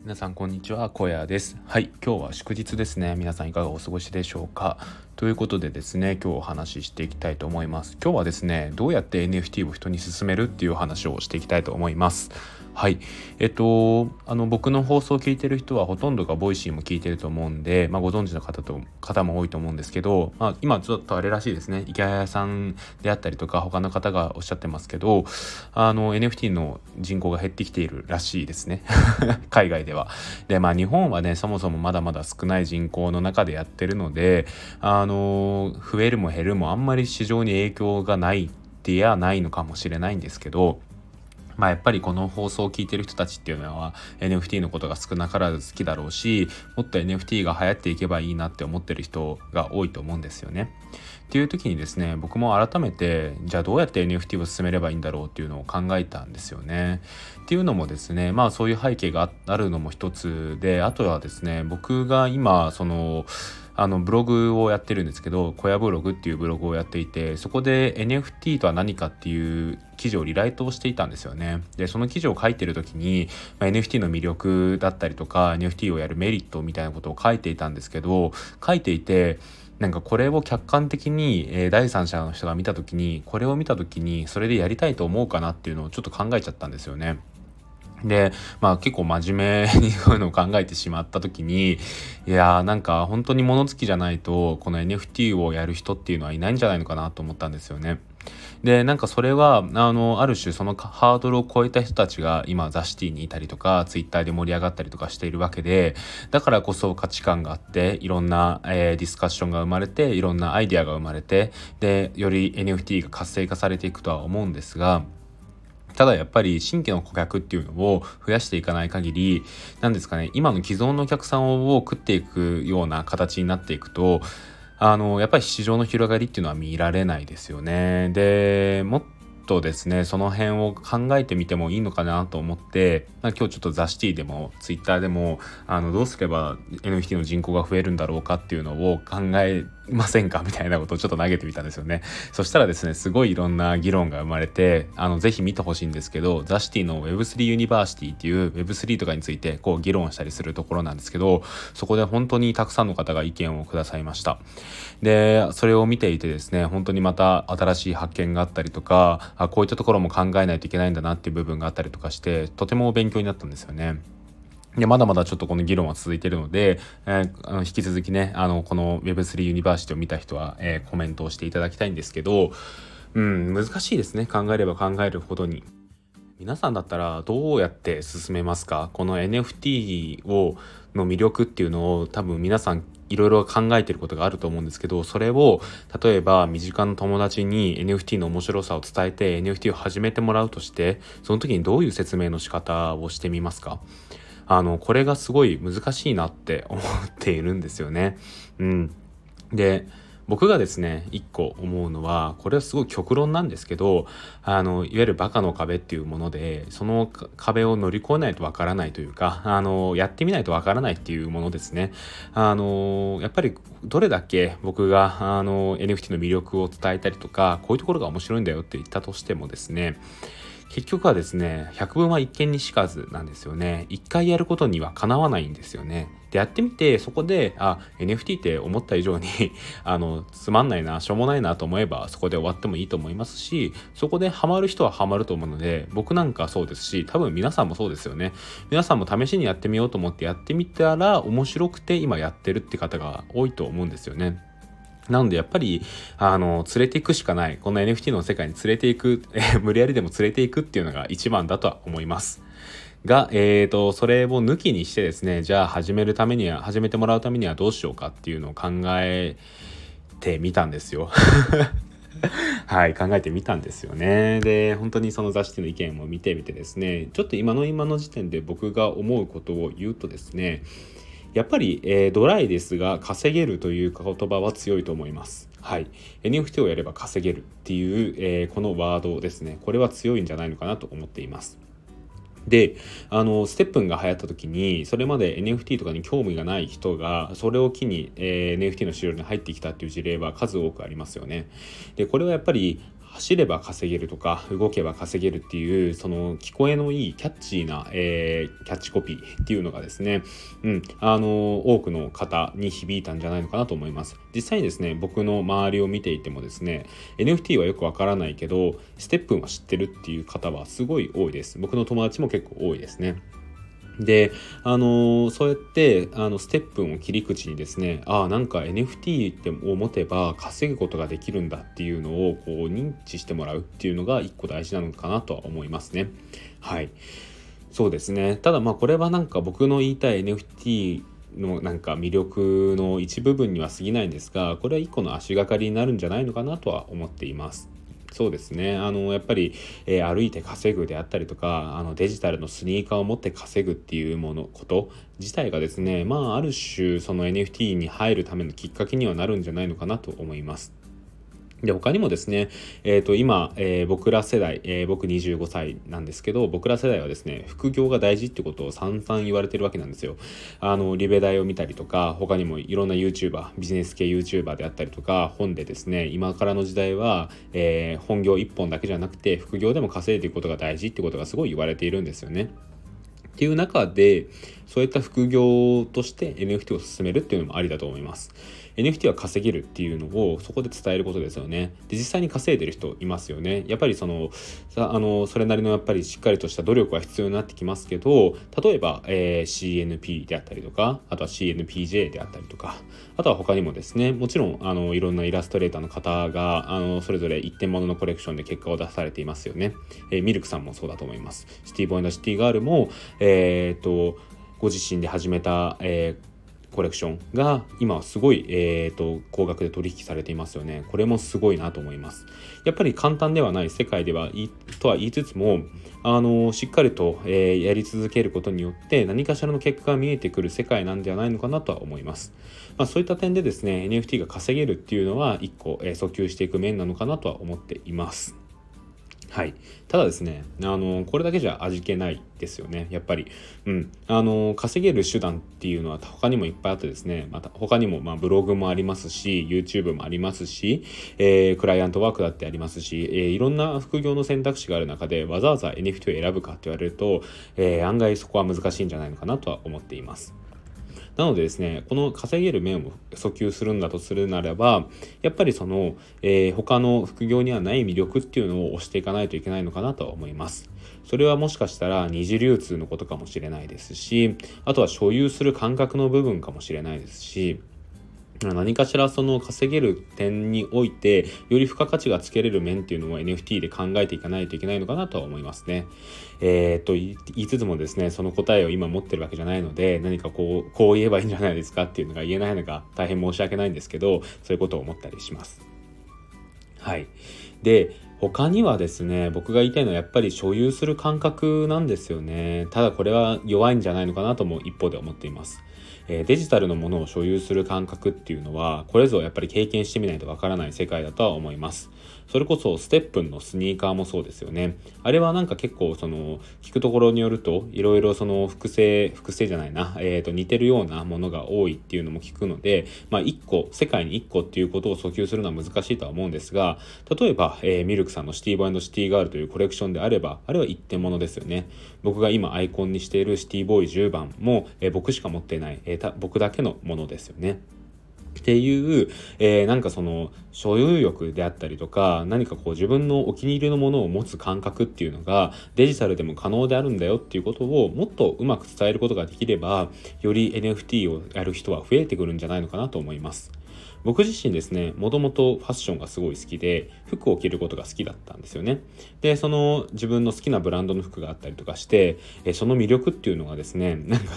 皆さんこんにちは、小屋です。はい、今日は祝日ですね。皆さんいかがお過ごしでしょうか。ということでですね、今日お話ししていきたいと思います。今日はですね、どうやって NFT を人に勧めるっていう話をしていきたいと思います。はい、僕の放送を聞いてる人はほとんどがボイシーも聞いてると思うんで、ご存知の方も多いと思うんですけど、今ちょっとあれらしいですね。池谷さんであったりとか他の方がおっしゃってますけど、NFT の人口が減ってきているらしいですね。海外では。で、日本はね、そもそもまだまだ少ない人口の中でやってるので、増えるも減るもあんまり市場に影響がないってやないのかもしれないんですけど、やっぱりこの放送を聞いてる人たちっていうのは NFT のことが少なからず好きだろうし、もっと NFT が流行っていけばいいなって思ってる人が多いと思うんですよね。っていう時にですね、僕も改めてじゃあどうやって NFT を進めればいいんだろうっていうのを考えたんですよね。っていうのもですね、そういう背景があるのも一つで、あとはですね、僕が今ブログをやってるんですけど、小屋ブログっていうブログをやっていて、そこで NFT とは何かっていう記事をリライトをしていたんですよね。で、その記事を書いてる時に、NFT の魅力だったりとか NFT をやるメリットみたいなことを書いていたんですけど、書いていてこれを客観的に、第三者の人が見た時に、これを見た時にそれでやりたいと思うかなっていうのをちょっと考えちゃったんですよね。で、結構真面目にそういうのを考えてしまった時に、いや本当に物好きじゃないとこの NFT をやる人っていうのはいないんじゃないのかなと思ったんですよね。で、それはある種そのハードルを超えた人たちが今ザシティにいたりとか、ツイッターで盛り上がったりとかしているわけで、だからこそ価値観があって、いろんな、ディスカッションが生まれて、いろんなアイデアが生まれて、でより NFT が活性化されていくとは思うんですが、ただやっぱり新規の顧客っていうのを増やしていかない限り、なんですかね、今の既存のお客さんを食っていくような形になっていくと、やっぱり市場の広がりっていうのは見られないですよね。で、もっとですね、その辺を考えてみてもいいのかなと思って、今日ちょっとザシティでもツイッターでもどうすれば NFT の人口が増えるんだろうかっていうのを考えませんかみたいなことをちょっと投げてみたんですよね。そしたらですね、すごいいろんな議論が生まれて、ぜひ見てほしいんですけど、ザシティの Web3 ユニバーシティっていう Web3 とかについてこう議論したりするところなんですけど、そこで本当にたくさんの方が意見をくださいました。で、それを見ていてですね、本当にまた新しい発見があったりとか、こういったところも考えないといけないんだなっていう部分があったりとかして、とても勉強になったんですよね。で、まだまだちょっとこの議論は続いているので、引き続きね、この Web3 ユニバーシティを見た人は、コメントをしていただきたいんですけど、難しいですね。考えれば考えるほどに。皆さんだったらどうやって進めますか？この NFT の魅力っていうのを多分皆さんいろいろ考えてることがあると思うんですけど、それを例えば身近な友達に NFT の面白さを伝えて NFT を始めてもらうとして、その時にどういう説明の仕方をしてみますか？これがすごい難しいなって思っているんですよね。で、僕がですね、一個思うのは、これはすごい極論なんですけど、いわゆるバカの壁っていうもので、その壁を乗り越えないとわからないというか、やってみないとわからないっていうものですね。やっぱりどれだけ僕がNFT の魅力を伝えたりとか、こういうところが面白いんだよって言ったとしてもですね、結局はですね、百聞は一見にしかずなんですよね。一回やることにはかなわないんですよね。で、やってみて、そこで、NFT って思った以上につまんないな、しょうもないなと思えば、そこで終わってもいいと思いますし、そこでハマる人はハマると思うので、僕なんかそうですし、多分皆さんもそうですよね。皆さんも試しにやってみようと思ってやってみたら、面白くて今やってるって方が多いと思うんですよね。なのでやっぱり連れていくしかない、この NFT の世界に連れていく無理やりでも連れていくっていうのが一番だとは思いますが、それを抜きにしてですね、じゃあ始めてもらうためにはどうしようかっていうのを考えてみたんですよはい、考えてみたんですよね。で、本当にその雑誌の意見を見てみてですね、ちょっと今の時点で僕が思うことを言うとですね、やっぱり、ドライですが稼げるという言葉は強いと思います。はい。NFT をやれば稼げるっていう、このワードですね。これは強いんじゃないのかなと思っています。で、ステップンが流行った時に、それまで NFT とかに興味がない人が、それを機に、NFT の市場に入ってきたっていう事例は数多くありますよね。で、これはやっぱり走れば稼げるとか動けば稼げるっていうその聞こえのいいキャッチーな、キャッチコピーっていうのがですね、多くの方に響いたんじゃないのかなと思います。実際にですね、僕の周りを見ていてもですね、 NFT はよくわからないけどステップンは知ってるっていう方はすごい多いです。僕の友達も結構多いですね。で、そうやってステップンを切り口にですね、なんか NFT を持てば稼ぐことができるんだっていうのをこう認知してもらうっていうのが一個大事なのかなとは思いますね。はい、そうですね。ただこれはなんか僕の言いたい NFT のなんか魅力の一部分には過ぎないんですが、これは一個の足がかりになるんじゃないのかなとは思っています。そうですね。やっぱり、歩いて稼ぐであったりとか、デジタルのスニーカーを持って稼ぐっていうこと自体がですね、ある種その NFT に入るためのきっかけにはなるんじゃないのかなと思います。で他にもですね、今、僕ら世代、僕25歳なんですけど、僕ら世代はですね、副業が大事ってことを散々言われてるわけなんですよ。リベ大を見たりとか、他にもいろんな YouTuber、ビジネス系 YouTuber であったりとか、本でですね、今からの時代は、本業一本だけじゃなくて副業でも稼いでいくことが大事ってことがすごい言われているんですよね。っていう中で、そういった副業として NFT を進めるっていうのもありだと思います。NFT は稼げるっていうのをそこで伝えることですよね。で、実際に稼いでる人いますよね。やっぱりそれなりのやっぱりしっかりとした努力は必要になってきますけど、例えば、CNP であったりとか、あとは CNPJ であったりとか、あとは他にもですね、もちろんいろんなイラストレーターの方がそれぞれ一点物のコレクションで結果を出されていますよね。ミルクさんもそうだと思います。シティボーイ&シティガールもご自身で始めた、コレクションが今はすごい、高額で取引されていますよね。これもすごいなと思います。やっぱり簡単ではない世界でとは言いつつもしっかりと、やり続けることによって何かしらの結果が見えてくる世界なんではないのかなとは思います。そういった点でですね、 NFT が稼げるっていうのは一個、訴求していく面なのかなとは思っています。はい、ただですね、これだけじゃ味気ないですよね。やっぱり、稼げる手段っていうのは他にもいっぱいあってですね、また他にもブログもありますし、 YouTube もありますし、クライアントワークだってありますし、いろんな副業の選択肢がある中でわざわざ NFT を選ぶかって言われると、案外そこは難しいんじゃないのかなとは思っています。なのでですね、この稼げる面を訴求するんだとするならば、やっぱり他の副業にはない魅力っていうのを推していかないといけないのかなとは思います。それはもしかしたら二次流通のことかもしれないですし、あとは所有する感覚の部分かもしれないですし、何かしらその稼げる点においてより付加価値がつけれる面っていうのを NFT で考えていかないといけないのかなとは思いますね。言いつつもですね、その答えを今持ってるわけじゃないので、何かこう言えばいいんじゃないですかっていうのが言えないのが大変申し訳ないんですけど、そういうことを思ったりします。はい。で、他にはですね、僕が言いたいのはやっぱり所有する感覚なんですよね。ただこれは弱いんじゃないのかなとも一方で思っています。デジタルのものを所有する感覚っていうのはこれぞやっぱり経験してみないとわからない世界だとは思います。それこそステップンのスニーカーもそうですよね。あれはなんか結構聞くところによるといろいろ複製じゃないな、似てるようなものが多いっていうのも聞くので、世界に1個っていうことを訴求するのは難しいとは思うんですが、例えば、ミルクさんのシティボーイ&シティガールというコレクションであれば、あれは一点物ですよね。僕が今アイコンにしているシティボーイ10番も、僕しか持っていない、僕だけのものですよね。っていう、なんか所有欲であったりとか、何か自分のお気に入りのものを持つ感覚っていうのがデジタルでも可能であるんだよっていうことをもっとうまく伝えることができれば、より NFT をやる人は増えてくるんじゃないのかなと思います。僕自身ですね、もともとファッションがすごい好きで、服を着ることが好きだったんですよね。で、自分の好きなブランドの服があったりとかして、その魅力っていうのがですね、なんか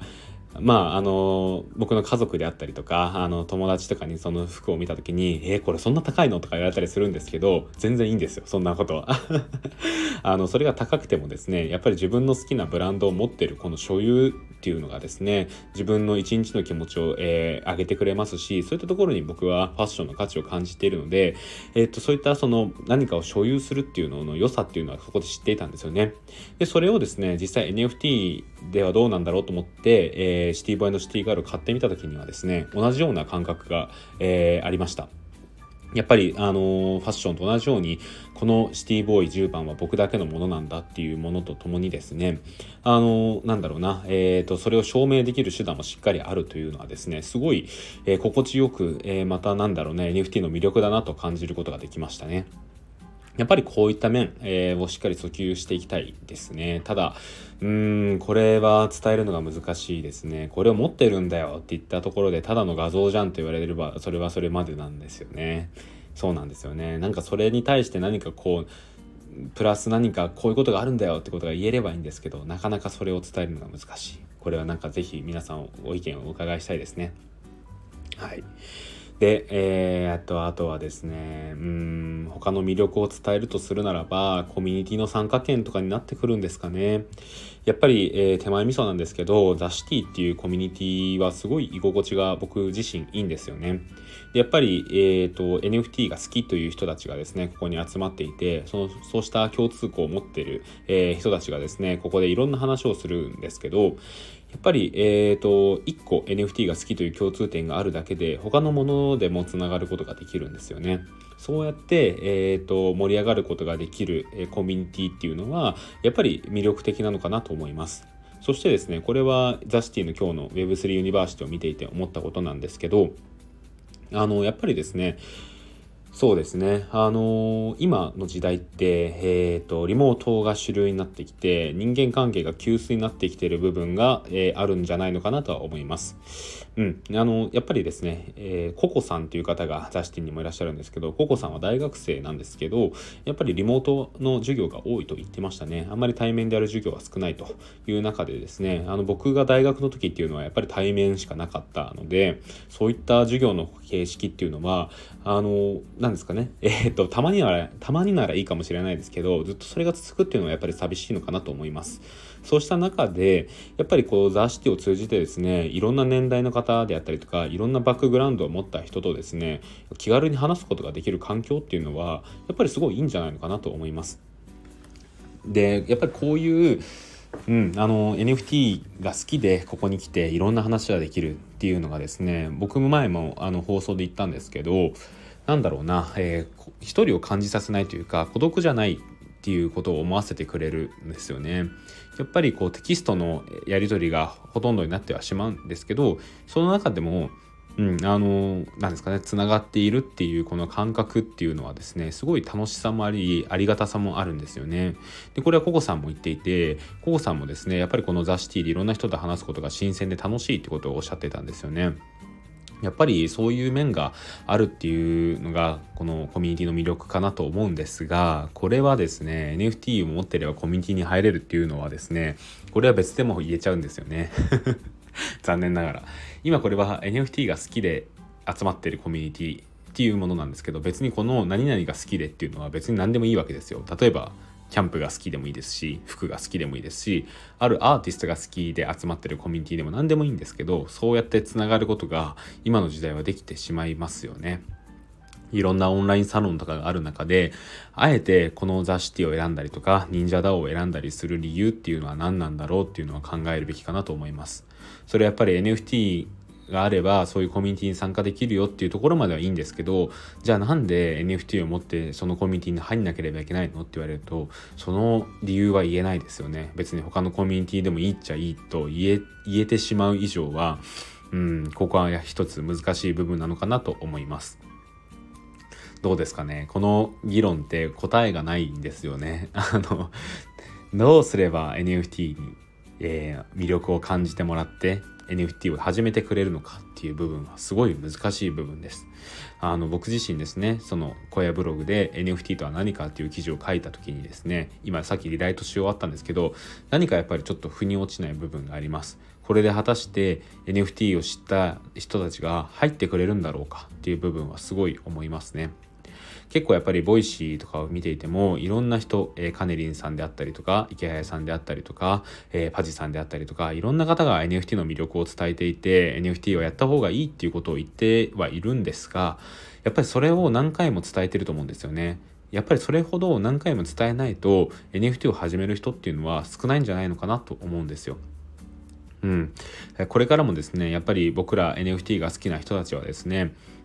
僕の家族であったりとか友達とかにその服を見た時にこれそんな高いのとか言われたりするんですけど、全然いいんですよ、そんなことはそれが高くてもですね、やっぱり自分の好きなブランドを持っているこの所有っていうのがですね、自分の一日の気持ちを、上げてくれますし、そういったところに僕はファッションの価値を感じているので、そういった何かを所有するっていうのの良さっていうのはそこで知っていたんですよね。でそれをですね、実際 NFT ではどうなんだろうと思って、シティボーイ&シティガールを買ってみた時にはですね、同じような感覚が、ありました。 やっぱりファッションと同じようにこのシティボーイ10番は僕だけのものなんだっていうものとともにですね、なんだろうな、それを証明できる手段もしっかりあるというのはですね、すごい、心地よく、またなんだろうね NFT の魅力だなと感じることができましたね。やっぱりこういった面、をしっかり訴求していきたいですね。ただこれは伝えるのが難しいですね。これを持ってるんだよって言ったところでただの画像じゃんと言われればそれはそれまでなんですよね。そうなんですよね。なんかそれに対して何かこうプラス何かこういうことがあるんだよってことが言えればいいんですけど、なかなかそれを伝えるのが難しい。これはなんかぜひ皆さんご意見をお伺いしたいですね。はい。で、あとはですね、他の魅力を伝えるとするならば、コミュニティの参加権とかになってくるんですかね。やっぱり、手前味噌なんですけど、ザ・シティっていうコミュニティはすごい居心地が僕自身いいんですよね。でやっぱり、NFT が好きという人たちがですね、ここに集まっていて、そうした共通項を持っている、人たちがですね、ここでいろんな話をするんですけど、やっぱり、1個 NFT が好きという共通点があるだけで他のものでもつながることができるんですよね。そうやって、盛り上がることができる、コミュニティっていうのはやっぱり魅力的なのかなと思います。そしてですね、これはザ・シティの今日の Web3 ユニバーシティを見ていて思ったことなんですけど、やっぱりですね、そうですね。今の時代って、リモートが主流になってきて、人間関係が急須になってきている部分が、あるんじゃないのかなとは思います。やっぱりですね、ココさんという方がザシティにもいらっしゃるんですけど、ココさんは大学生なんですけど、やっぱりリモートの授業が多いと言ってましたね。あんまり対面である授業は少ないという中でですね、僕が大学の時っていうのはやっぱり対面しかなかったので、そういった授業の形式っていうのは、なんですかね、たまにならいいかもしれないですけど、ずっとそれが続くっていうのはやっぱり寂しいのかなと思います。そうした中でやっぱりこうザ・シティを通じてですね、いろんな年代の方であったりとか、いろんなバックグラウンドを持った人とですね、気軽に話すことができる環境っていうのはやっぱりすごいいいんじゃないのかなと思います。でやっぱりこういうNFT が好きでここに来ていろんな話ができるっていうのがですね、僕も前も放送で言ったんですけど、なんだろうな、一人を感じさせないというか孤独じゃないっていうことを思わせてくれるんですよね。やっぱりこうテキストのやり取りがほとんどになってはしまうんですけど、その中でもなんですかね、つながっているっていうこの感覚っていうのはですね、すごい楽しさもあり、ありがたさもあるんですよね。でこれはココさんも言っていて、ココさんもですね、やっぱりこのザ・シティでいろんな人と話すことが新鮮で楽しいってことをおっしゃってたんですよね。やっぱりそういう面があるっていうのがこのコミュニティの魅力かなと思うんですが、これはですね NFT を持っていればコミュニティに入れるっていうのはですね、これは別でも言えちゃうんですよね残念ながら今これは NFT が好きで集まっているコミュニティっていうものなんですけど、別にこの何々が好きでっていうのは別に何でもいいわけですよ。例えばキャンプが好きでもいいですし、服が好きでもいいですし、あるアーティストが好きで集まってるコミュニティでも何でもいいんですけど、そうやってつながることが今の時代はできてしまいますよね。いろんなオンラインサロンとかがある中で、あえてこのザ・シティを選んだりとか忍者ダオを選んだりする理由っていうのは何なんだろうっていうのは考えるべきかなと思います。それはやっぱり NFTがあればそういうコミュニティに参加できるよっていうところまではいいんですけど、じゃあなんで NFT を持ってそのコミュニティに入んなければいけないのって言われると、その理由は言えないですよね。別に他のコミュニティでもいいっちゃいいと言えてしまう以上は、ここは一つ難しい部分なのかなと思います。どうですかね、この議論って答えがないんですよねどうすれば NFT に、魅力を感じてもらって NFT を始めてくれるのかっていう部分はすごい難しい部分です。僕自身ですね、その小屋ブログで NFT とは何かっていう記事を書いた時にですね、今さっきリライトし終わったんですけど、何かやっぱりちょっと腑に落ちない部分があります。これで果たして NFT を知った人たちが入ってくれるんだろうかっていう部分はすごい思いますね。結構やっぱりボイシーとかを見ていてもいろんな人、カネリンさんであったりとか池早さんであったりとか、パジさんであったりとか、いろんな方が NFT の魅力を伝えていて NFT をやった方がいいっていうことを言ってはいるんですが、やっぱりそれを何回も伝えてると思うんですよね。やっぱりそれほど何回も伝えないと NFT を始める人っていうのは少ないんじゃないのかなと思うんですよ。これからもですね、やっぱり僕ら NFT が好きな人たちはですね、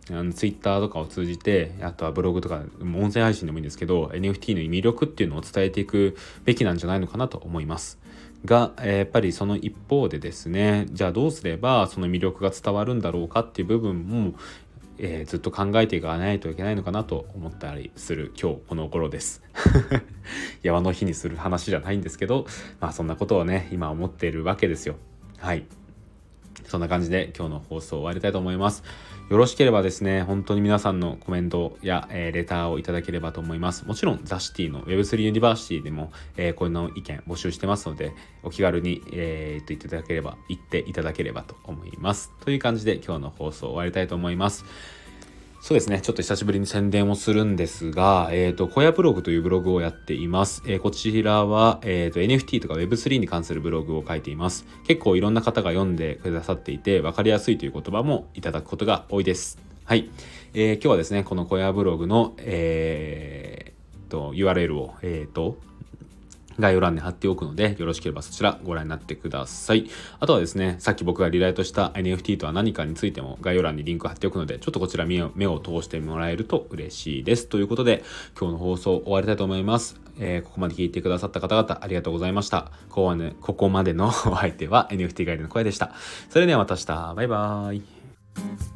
Twitter とかを通じて、あとはブログとか音声配信でもいいんですけど NFT の魅力っていうのを伝えていくべきなんじゃないのかなと思いますが、やっぱりその一方でですね、じゃあどうすればその魅力が伝わるんだろうかっていう部分も、ずっと考えていかないといけないのかなと思ったりする今日この頃です山の日にする話じゃないんですけど、そんなことをね今思っているわけですよ。はい、そんな感じで今日の放送を終わりたいと思います。よろしければですね、本当に皆さんのコメントや、レターをいただければと思います。もちろんザシティの Web3 ユニバーシティでも、この意見募集してますので、お気軽に、言っていただければと思います。という感じで今日の放送を終わりたいと思います。そうですね、ちょっと久しぶりに宣伝をするんですが、小屋ブログというブログをやっています。こちらは、NFT とか Web3 に関するブログを書いています。結構いろんな方が読んでくださっていて、分かりやすいという言葉もいただくことが多いです。はい。今日はですね、この小屋ブログの、URL を、概要欄に貼っておくので、よろしければそちらご覧になってください。あとはですね、さっき僕がリライトした NFT とは何かについても概要欄にリンク貼っておくので、ちょっとこちら目を通してもらえると嬉しいです。ということで、今日の放送終わりたいと思います。ここまで聞いてくださった方々ありがとうございました。ここまでのお相手は NFT ガイドの声でした。それではまた明日。バイバーイ。